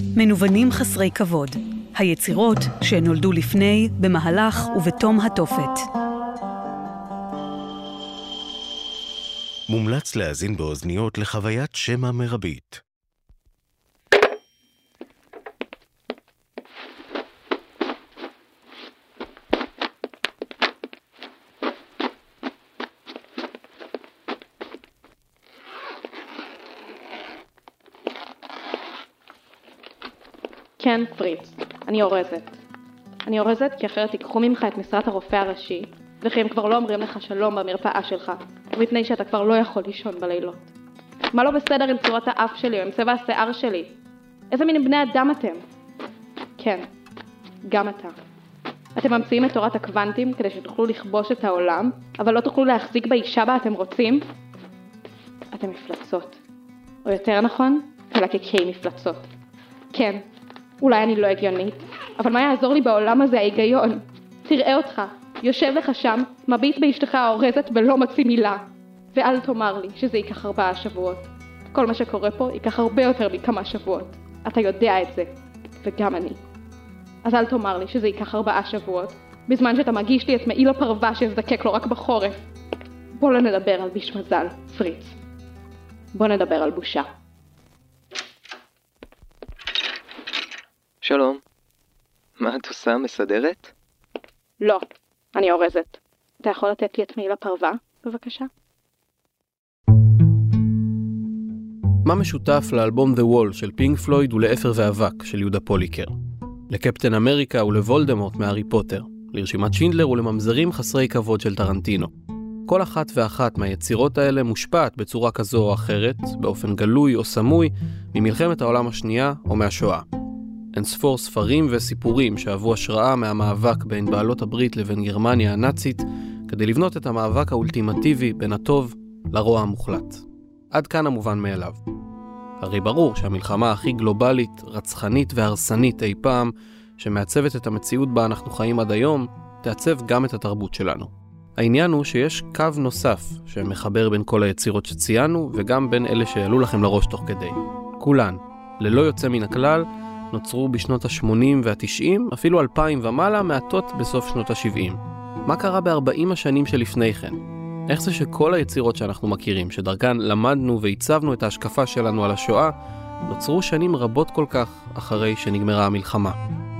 מנוונים חסרי כבוד, היצירות שנולדו לפני, במהלך ובתום התופת. מומלץ להאזין באוזניות לחוויית שמע מרבית. כן, פריץ, אני אורזת. אני אורזת כי אחרת תיקחו ממך את משרת הרופא הראשי, וכי הם כבר לא אומרים לך שלום במרפאה שלך, ומפני שאתה כבר לא יכול לישון בלילות. מה לא בסדר עם צורת האף שלי או עם צבע השיער שלי? איזה מין בני אדם אתם? כן, גם אתה. אתם ממציאים את תורת הקוונטים כדי שתוכלו לכבוש את העולם, אבל לא תוכלו להחזיק באישה בה אתם רוצים? אתם מפלצות. או יותר נכון, חלקיקי מפלצות. כן. אולי אני לא הגיונית, אבל מה יעזור לי בעולם הזה ההיגיון? תראה אותך, יושב לך שם, מביט באשתך האורזת ולא מוציא מילה. ואל תאמר לי שזה ייקח 4 שבועות. כל מה שקורה פה ייקח הרבה יותר מכמה שבועות. אתה יודע את זה, וגם אני. אז אל תאמר לי שזה ייקח 4 שבועות, בזמן שאתה מגיש לי את מעיל הפרווה שיזדקק לו רק בחורף. בוא לא נדבר על ביש מזל, פריץ. בוא נדבר על בושה. שלום. מה את עושה? מסדרת? לא, אני אורזת. אתה יכול לתת לי את מעיל הפרווה, בבקשה? מה משותף לאלבום The Wall של פינק פלויד ולאפר ואבק של יהודה פוליקר? לקפטן אמריקה ולוולדמורט מהארי פוטר, לרשימת שינדלר ולממזרים חסרי כבוד של טרנטינו. כל אחת ואחת מהיצירות האלה מושפעת בצורה כזו או אחרת, באופן גלוי או סמוי, ממלחמת העולם השנייה או מהשואה. אינספור ספרים וסיפורים שאהבו השראה מהמאבק בין בעלות הברית לבין גרמניה הנאצית, כדי לבנות את המאבק האולטימטיבי בין הטוב לרוע המוחלט. עד כאן המובן מאליו. הרי ברור שהמלחמה הכי גלובלית, רצחנית והרסנית אי פעם, שמעצבת את המציאות בה אנחנו חיים עד היום, תעצב גם את התרבות שלנו. העניין הוא שיש קו נוסף שמחבר בין כל היצירות שציינו, וגם בין אלה שעלו לכם לראש תוך כדי. כולן, ללא יוצא מן הכלל, נוצרו בשנות ה-80 וה-90, אפילו 2000 ומעלה, מעטות בסוף שנות ה-70. מה קרה ב-40 השנים שלפני כן? איך זה שכל היצירות שאנחנו מכירים, שדרכן למדנו והצבנו את ההשקפה שלנו על השואה, נוצרו שנים רבות כל כך אחרי שנגמרה המלחמה?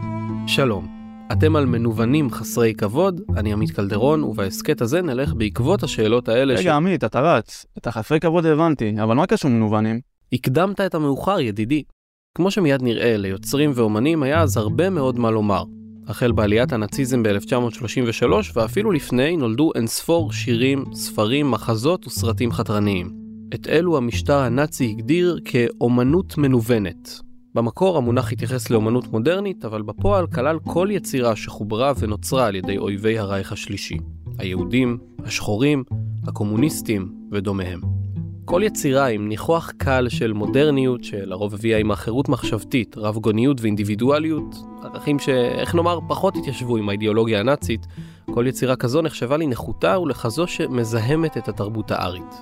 שלום, אתם על מנוונים חסרי כבוד, אני עמית קלדרון, ובהסקט הזה נלך בעקבות השאלות האלה רגע, עמית, אתה רץ. את החסרי כבוד הבנתי, אבל מה קשור מנוונים? הקדמת את המאוחר, ידידי. כמו שמיד נראה, ליוצרים ואומנים היה אז הרבה מאוד מה לומר. החל בעליית הנאציזם ב-1933 ואפילו לפני נולדו אינספור שירים, ספרים, מחזות וסרטים חתרניים. את אלו המשטר הנאצי הגדיר כאומנות מנוונת. במקור המונח התייחס לאומנות מודרנית, אבל בפועל כלל כל יצירה שחוברה ונוצרה על ידי אויבי הרייך השלישי. היהודים, השחורים, הקומוניסטים ודומיהם. כל יצירה עם ניחוח קל של מודרניות, שלרוב הביאה עם החירות מחשבתית, רב גוניות ואינדיבידואליות, ערכים שאיך נאמר פחות התיישבו עם האידיאולוגיה הנאצית, כל יצירה כזו נחשבה לי נחותה ולכזו שמזהמת את התרבות הארית.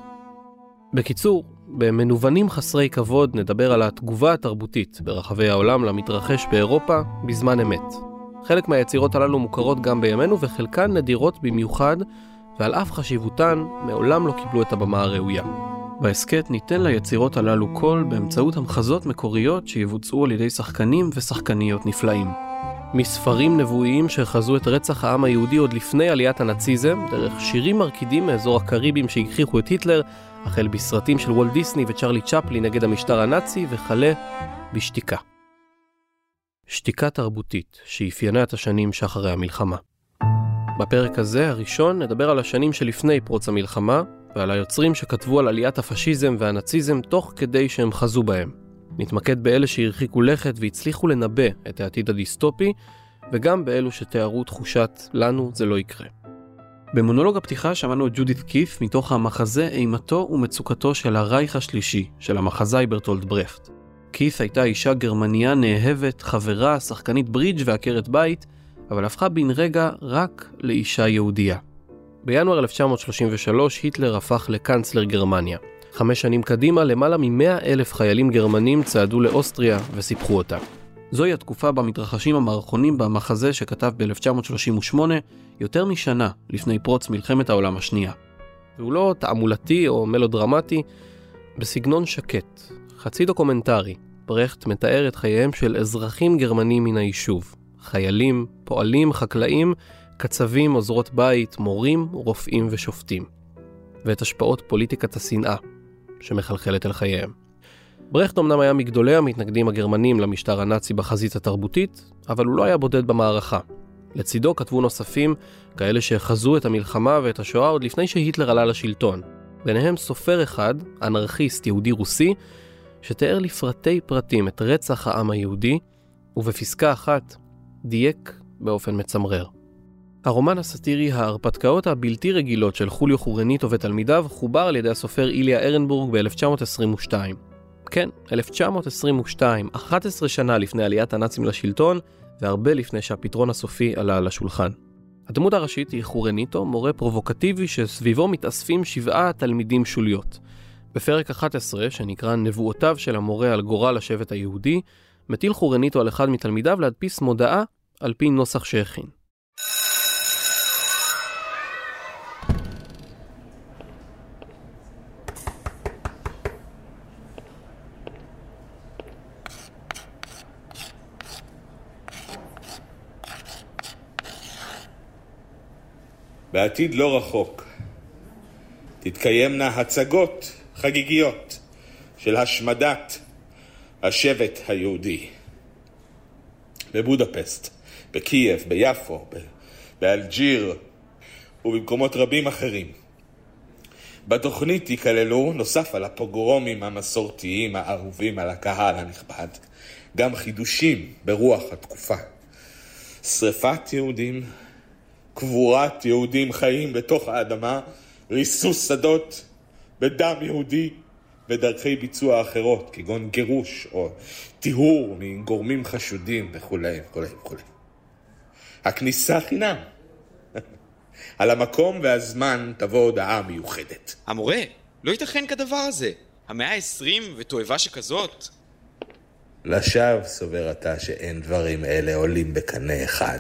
בקיצור, במנוונים חסרי כבוד נדבר על התגובה התרבותית ברחבי העולם למתרחש באירופה בזמן אמת. חלק מהיצירות הללו מוכרות גם בימינו וחלקן נדירות במיוחד, ועל אף חשיבותן מעולם לא קיבלו את הבמה הראויה. בהסקט ניתן ליצירות הללו קול באמצעות המחזות מקוריות שיבוצעו על ידי שחקנים ושחקניות נפלאים. מספרים נבואיים שחזו את רצח העם היהודי עוד לפני עליית הנאציזם, דרך שירים מרקידים מאזור הקריבים שהגחיכו את היטלר, החל בסרטים של וולט דיסני וצ'רלי צ'פלין נגד המשטר הנאצי, וכלה בשתיקה. שתיקה תרבותית שאפיינה את השנים שאחרי המלחמה. בפרק הזה, הראשון, נדבר על השנים שלפני פרוץ המלחמה, ועל היוצרים שכתבו על עליית הפשיזם והנאציזם תוך כדי שהם חזו בהם. נתמקד באלה שהרחיקו לכת והצליחו לנבא את העתיד הדיסטופי, וגם באלו שתיארו תחושת לנו זה לא יקרה. במונולוג הפתיחה שמענו את ג'ודית קית' מתוך המחזה אימתו ומצוקתו של הרייך השלישי, של המחזאי ברטולד ברכט. קית' הייתה אישה גרמניה נאהבת, חברה, שחקנית ברידג' ועקרת בית, אבל הפכה בן רגע רק לאישה יהודייה. בינואר 1933 היטלר הפך לקנצלר גרמניה. 5 שנים קדימה, למעלה מ100,000 חיילים גרמנים צעדו לאוסטריה וסיפחו אותה. זוהי התקופה בה מתרחשים המערכונים במחזה שכתב ב-1938, יותר משנה לפני פרוץ מלחמת העולם השנייה. והוא לא תעמולתי או מלודרמטי, בסגנון שקט, חצי דוקומנטרי. ברכט מתאר את חייהם של אזרחים גרמנים מן היישוב. חיילים, פועלים, חקלאים, קצבים, עוזרות בית, מורים, רופאים ושופטים. ואת השפעות פוליטיקת השנאה שמחלחלת אל חייהם. ברכט אמנם היה מגדולי המתנגדים הגרמנים למשטר הנאצי בחזית התרבותית, אבל הוא לא היה בודד במערכה. לצידו כתבו נוספים, כאלה שחזו את המלחמה ואת השואה עוד לפני שהיטלר עלה לשלטון. ביניהם סופר אחד, אנרכיסט יהודי רוסי, שתיאר לפרטי פרטים את רצח העם היהודי, ובפסקה אחת דייק באופן מצמרר. הרומן הסאטירי ההרפתקאות הבלתי רגילות של חוליו חורניטו ותלמידיו חובר על ידי הסופר איליה ארנבורג ב-1922. כן, 1922, 11 שנה לפני עליית הנאצים לשלטון, והרבה לפני שהפתרון הסופי עלה על השולחן. הדמות הראשית היא חורניטו, מורה פרובוקטיבי שסביבו מתאספים 7 תלמידים שוליות. בפרק 11, שנקרא נבואותיו של המורה על גורל השבט היהודי, מטיל חורניטו על אחד מתלמידיו להדפיס מודעה על פי נוסח שהכין. בעתיד לא רחוק תתקיימנה הצגות חגיגיות של השמדת השבט היהודי בבודפסט, בקייב, ביפו, באלג'יר ובמקומות רבים אחרים. בתוכנית יכללו, נוסף על הפוגרומים המסורתיים האהובים על הקהל הנכבד, גם חידושים ברוח התקופה. שריפת יהודים, קבורת יהודים חיים בתוך האדמה, ריסוס שדות בדם יהודי ודרכי ביצוע אחרות, כגון גירוש או טיהור מגורמים חשודים וכו' וכו' וכו'. הכניסה חינם. על המקום והזמן תבוא הודעה מיוחדת. המורה, לא ייתכן כדבר הזה. המאה ה-20 ותועבה שכזאת. לשווא סובר אתה שאין דברים אלה עולים בקנה אחד.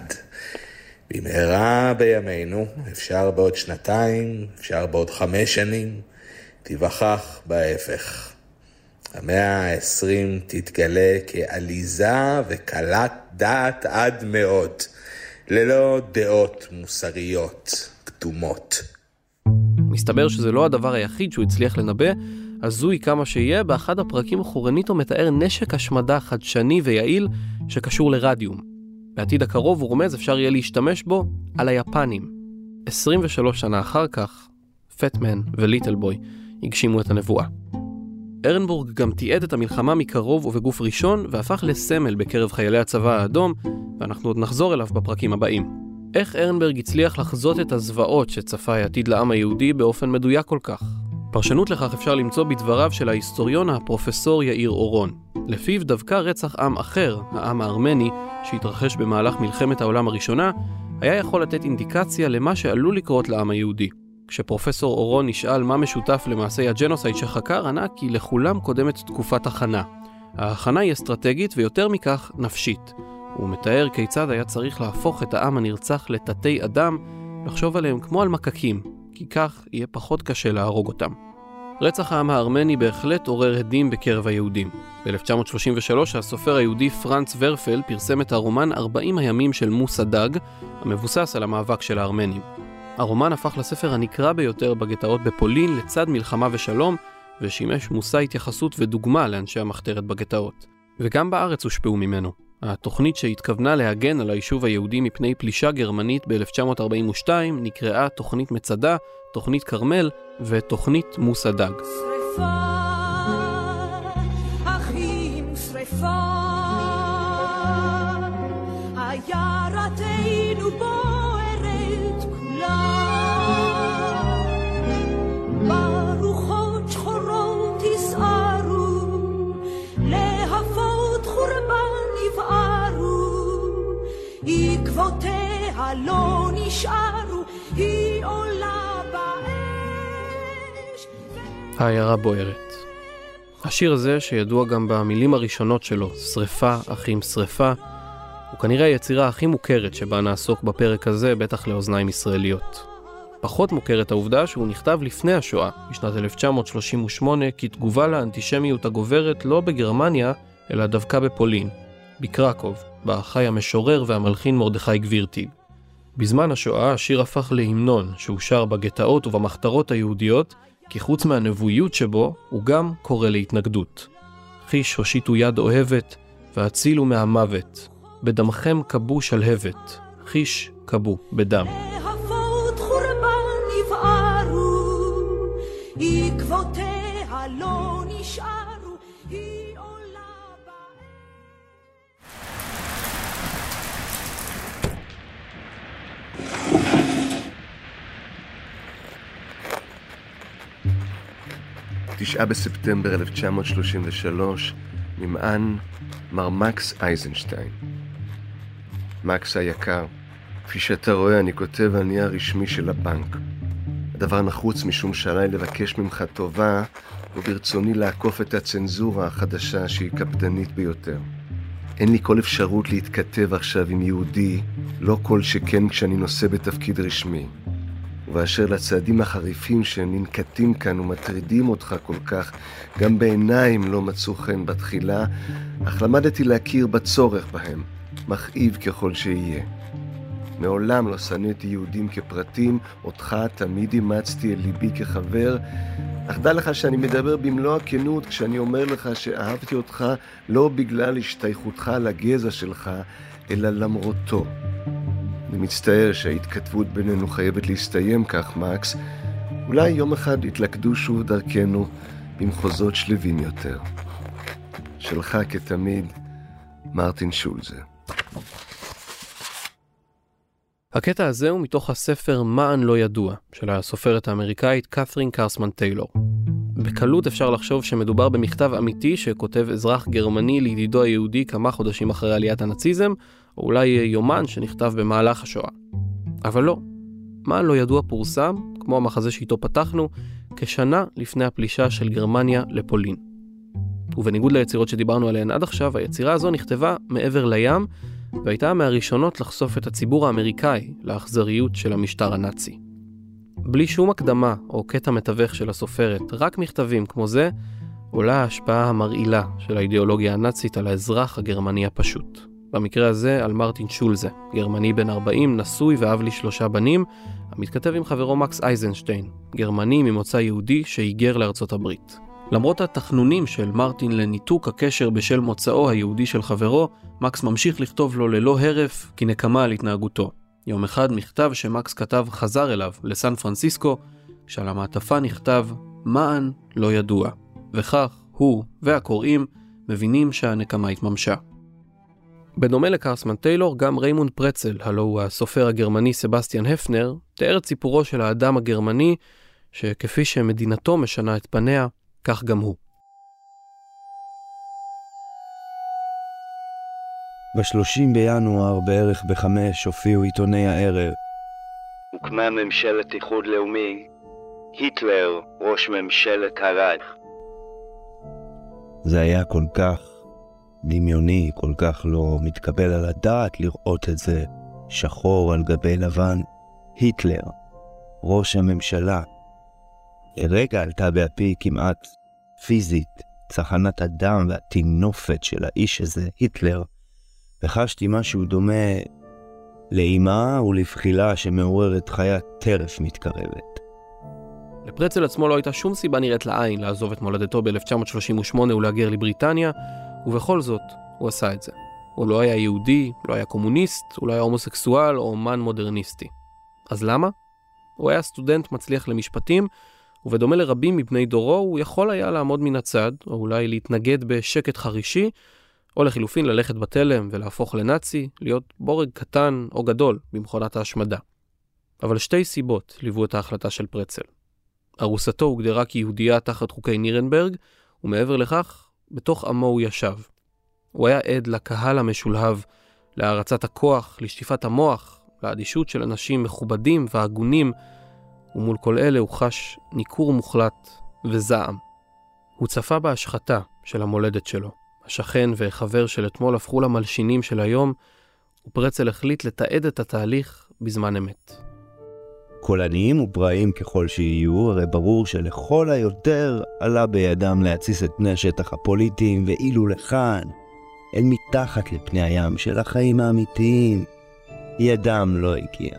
במהרה בימינו, אפשר בעוד 2, אפשר בעוד 5 שנים, תיווכח בהפך. המאה ה-20 תתגלה כעליזה וקלת דעת עד מאוד, ללא דעות מוסריות קדומות. מסתבר שזה לא הדבר היחיד שהוא הצליח לנבא, הזוי כמה שיהיה, באחד הפרקים חורניטו מתאר נשק השמדה חדשני ויעיל שקשור לרדיום. בעתיד הקרוב הוא רומז אפשר יהיה להשתמש בו על היפנים. 23 שנה אחר כך, פטמן וליטל בוי הגשימו את הנבואה. ארנבורג גם תיעד את המלחמה מקרוב ובגוף ראשון, והפך לסמל בקרב חיילי הצבא האדום, ואנחנו עוד נחזור אליו בפרקים הבאים. איך ארנברג הצליח לחזות את הזוועות שצפה העתיד לעם היהודי באופן מדויק כל כך? פרשנות לכך אפשר למצוא בדבריו של ההיסטוריון הפרופסור יאיר אורון. לפיו דווקא רצח עם אחר, העם הארמני, שהתרחש במהלך מלחמת העולם הראשונה, היה יכול לתת אינדיקציה למה שעלול לקרות לעם היהודי. כשפרופסור אורון נשאל מה משותף למעשי הג'נוסייד שחקר, ענה כי לכולם קודמת תקופת הכנה. ההכנה היא אסטרטגית ויותר מכך נפשית. הוא מתאר כיצד היה צריך להפוך את העם הנרצח לתתי אדם, לחשוב עליהם כמו על מקקים, כי כך יהיה פחות קשה להרוג אותם. רצח העם הארמני בהחלט עורר הדים בקרב היהודים. ב-1933 הסופר היהודי פרנץ ורפל פרסם את הרומן 40 הימים של מוסא דאג, המבוסס על המאבק של הארמנים. הרומן הפך לספר הנקרא ביותר בגטאות בפולין לצד מלחמה ושלום, ושימש מושא התייחסות ודוגמה לאנשי המחתרת בגטאות. וגם בארץ הושפעו ממנו. התוכנית שהתכוונה להגן על היישוב היהודי מפני פלישה גרמנית ב-1942 נקראה תוכנית מצדה, תוכנית קרמל ותוכנית מוסא דאג. שריפה, אחים שריפה, הירתנו בוערת כולה, ברוחות שחורות תסערו, להפות חורבן יבערו, עקבותיה לא נשארו, היא עולה באש. העיירה בוערת. השיר הזה, שידוע גם במילים הראשונות שלו, שריפה, אחים שריפה, הוא כנראה היצירה הכי מוכרת שבה נעסוק בפרק הזה, בטח לאוזניים ישראליות. פחות מוכרת העובדה שהוא נכתב לפני השואה, בשנת 1938, כתגובה לאנטישמיות הגוברת לא בגרמניה, אלא דווקא בפולין, בקרקוב, בה חי המשורר והמלחין מרדכי גבירטיג. בזמן השואה השיר הפך להמנון, שהוא שר בגטאות ובמחתרות היהודיות, כי חוץ מהנבואיות שבו, הוא גם קורא להתנגדות. חיש הושיטו יד אוהבת, והצילו מהמוות. בדמכם קבו שלהבת, חיש קבו בדם. להפות חורבן יבערו, עקבותיה לא נשארו, היא עולה באש. 9 בספטמבר 1933, נמען מר מקס אייזנשטיין. מקס היקר, כפי שאתה רואה, אני כותב על נייר רשמי של הבנק. הדבר נחוץ משום שעליי לבקש ממך טובה, וברצוני לעקוף את הצנזורה החדשה שהיא קפדנית ביותר. אין לי כל אפשרות להתכתב עכשיו עם יהודי, לא כל שכן כשאני נושא בתפקיד רשמי. ובאשר לצעדים החריפים שננקטים כאן ומטרידים אותך כל כך, גם בעיניים לא מצאו חן בתחילה, אך למדתי להכיר בצורך בהם, מכאיב ככל שיהיה. מעולם לא שנאתי יהודים כפרטים, אותך תמיד אימצתי אל ליבי כחבר, אך דע לך שאני מדבר במלוא הכנות כשאני אומר לך שאהבתי אותך לא בגלל השתייכותך לגזע שלך, אלא למרותו. אני מצטער שההתכתבות בינינו חייבת להסתיים כך, מקס. אולי יום אחד יתלכדו שוב דרכנו במחוזות שלווים יותר. שלך כתמיד, מרטין שולזה. הקטע הזה הוא מתוך הספר מען לא ידוע, של הסופרת האמריקאית קת'רין קרסמן טיילור. בקלות אפשר לחשוב שמדובר במכתב אמיתי שכותב אזרח גרמני לידידו היהודי כמה חודשים אחרי עליית הנאציזם, או אולי יומן שנכתב במהלך השואה. אבל לא. מען לא ידוע פורסם, כמו המחזה שאיתו פתחנו, כשנה לפני הפלישה של גרמניה לפולין. ובניגוד ליצירות שדיברנו עליהן עד עכשיו, היצירה הזו נכתבה מעבר לים, והייתה מהראשונות לחשוף את הציבור האמריקאי לאכזריות של המשטר הנאצי. בלי שום הקדמה או קטע מתווך של הסופרת, רק מכתבים כמו זה, עולה ההשפעה המרעילה של האידיאולוגיה הנאצית על האזרח הגרמני הפשוט. במקרה הזה על מרטין שולזה, גרמני בן 40, נשוי ואב לי 3 בנים, המתכתב עם חברו מקס אייזנשטיין, גרמני ממוצא יהודי שהיגר לארצות הברית. למרות התכנונים של מרטין לניתוק הקשר בשל מוצאו היהודי של חברו, מקס ממשיך לכתוב לו ללא הרף כנקמה על התנהגותו. יום אחד מכתב שמקס כתב חזר אליו לסן פרנסיסקו, כשעל המעטפה נכתב מען לא ידוע, וכך הוא והקוראים מבינים שהנקמה התממשה. בדומה לקרסמן טיילור, גם ריימונד פרצל, הלא הוא הסופר הגרמני סבסטיאן הפנר, תיאר את סיפורו של האדם הגרמני, שכפי שמדינתו משנה את פניה, כך גם הוא. ב-30 בינואר בערך ב-5 הופיעו עיתוני הערב. הוקמה ממשלת איחוד לאומי, היטלר ראש ממשלת הרייך. זה היה כל כך דמיוני, כל כך לא מתקבל על הדעת לראות את זה שחור על גבי לבן. היטלר, ראש הממשלה. לרגע עלתה באפי כמעט פיזית צחנת הדם והתינופת של האיש הזה, היטלר, וחשתי משהו דומה לאימה ולבחילה שמעוררת חיית טרף מתקרבת. לפרצל עצמו לא הייתה שום סיבה נראית לעין לעזוב את מולדתו ב-1938 ולהגר לבריטניה, ובכל זאת הוא עשה את זה. הוא לא היה יהודי, לא היה קומוניסט, הוא לא היה הומוסקסואל או אומן מודרניסטי. אז למה? הוא היה סטודנט מצליח למשפטים, ובדומה לרבים מבני דורו הוא יכול היה לעמוד מן הצד, או אולי להתנגד בשקט חרישי, או לחילופין ללכת בתלם ולהפוך לנאצי, להיות בורג קטן או גדול במכונת ההשמדה. אבל 2 סיבות ליוו את ההחלטה של פרצל. ארוסתו הוגדרה כיהודייה תחת חוקי נירנברג, ומעבר לכך, בתוך עמו הוא ישב. הוא היה עד לקהל המשולהב, להערצת הכוח, לשטיפת המוח, לאדישות של אנשים מכובדים והגונים, ומול כל אלה הוא חש ניכור מוחלט וזעם. הוא צפה בהשחתה של המולדת שלו. השכן וחבר של אתמול הפכו למלשינים של היום, ופרצל החליט לתעד את התהליך בזמן אמת. קולניים ופראיים ככל שיהיו, הרי ברור שלכל היותר עלה בידם להציס את פני השטח הפוליטיים, ואילו לכאן, אל מתחת לפני הים של החיים האמיתיים, ידם לא הגיע.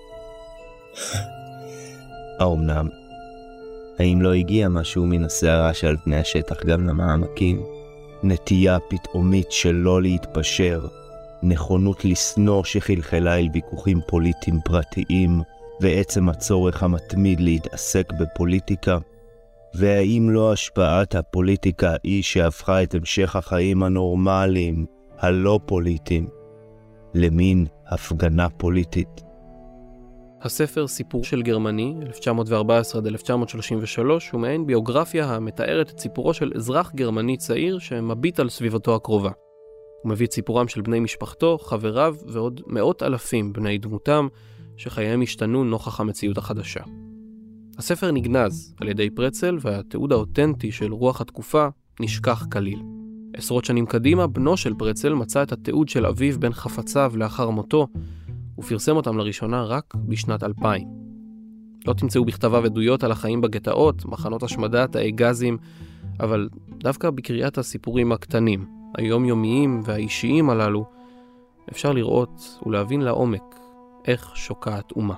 האומנם, האם לא הגיע משהו מן הסערה שעל פני השטח גם למעמקים? נטייה פתאומית שלא להתפשר, נכונות לסנוע שחלחלה אל ויכוחים פוליטיים פרטיים, ועצם הצורך המתמיד להתעסק בפוליטיקה? והאם לא השפעת הפוליטיקה היא שהפכה את המשך החיים הנורמליים, הלא פוליטיים, למין הפגנה פוליטית? הספר סיפור של גרמני, 1914-1933, הוא מעין ביוגרפיה המתארת את סיפורו של אזרח גרמני צעיר שמביט על סביבתו הקרובה. הוא מביא את סיפורם של בני משפחתו, חבריו ועוד מאות אלפים בני דמותם שחייהם השתנו נוכח המציאות החדשה. הספר נגנז על ידי פרצל, והתיעוד האותנטי של רוח התקופה נשכח כליל. עשרות שנים קדימה, בנו של פרצל מצא את התיעוד של אביו בן חפציו לאחר מותו, ופרסם אותם לראשונה רק בשנת 2000. לא תמצאו בכתביו עדויות על החיים בגטאות, מחנות השמדה, תאי גזים, אבל דווקא בקריאת הסיפורים הקטנים, היומיומיים והאישיים הללו, אפשר לראות ולהבין לעומק איך שוקעת אומה.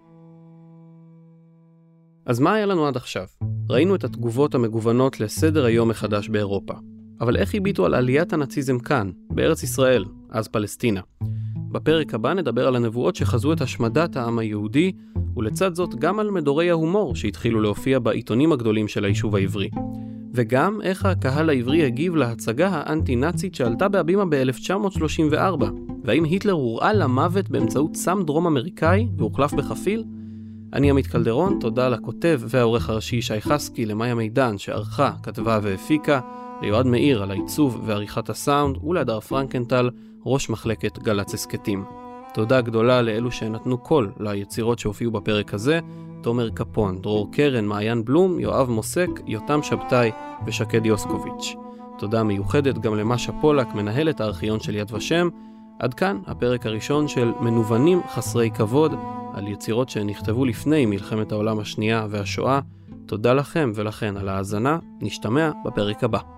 אז מה היה לנו עד עכשיו? ראינו את התגובות המגוונות לסדר היום מחדש באירופה. אבל איך הביטו על עליית הנאציזם כאן, בארץ ישראל, אז פלסטינה? בפרק הבא נדבר על הנבואות שחזו את השמדת העם היהודי, ולצד זאת גם על מדורי ההומור שהתחילו להופיע בעיתונים הגדולים של היישוב העברי. וגם איך הקהל העברי הגיב להצגה האנטי-נאצית שעלתה בהבימה ב-1934, והאם היטלר הורעל למוות באמצעות סם דרום אמריקאי והוחלף בחפיל? אני עמית קלדרון, תודה לכותב והעורך הראשי שי חסקי, למאיה מידן שערכה, כתבה והפיקה, ליועד מאיר על העיצוב ועריכת הסאונד, ולהדר פרנקנטל, ראש מחלקת גל"צ הסקטים. תודה גדולה לאלו שנתנו קול ליצירות שהופיעו בפרק הזה, תומר קפון, דרור קרן, מעיין בלום, יואב מוסק, יותם שבתאי ושקד יוסקוביץ'. תודה מיוחדת גם למשה פולק, מנהלת הארכיון של יד ושם. עד כאן הפרק הראשון של מנוונים חסרי כבוד, על יצירות שנכתבו לפני מלחמת העולם השנייה והשואה. תודה לכם ולכן על ההאזנה, נשתמע בפרק הבא.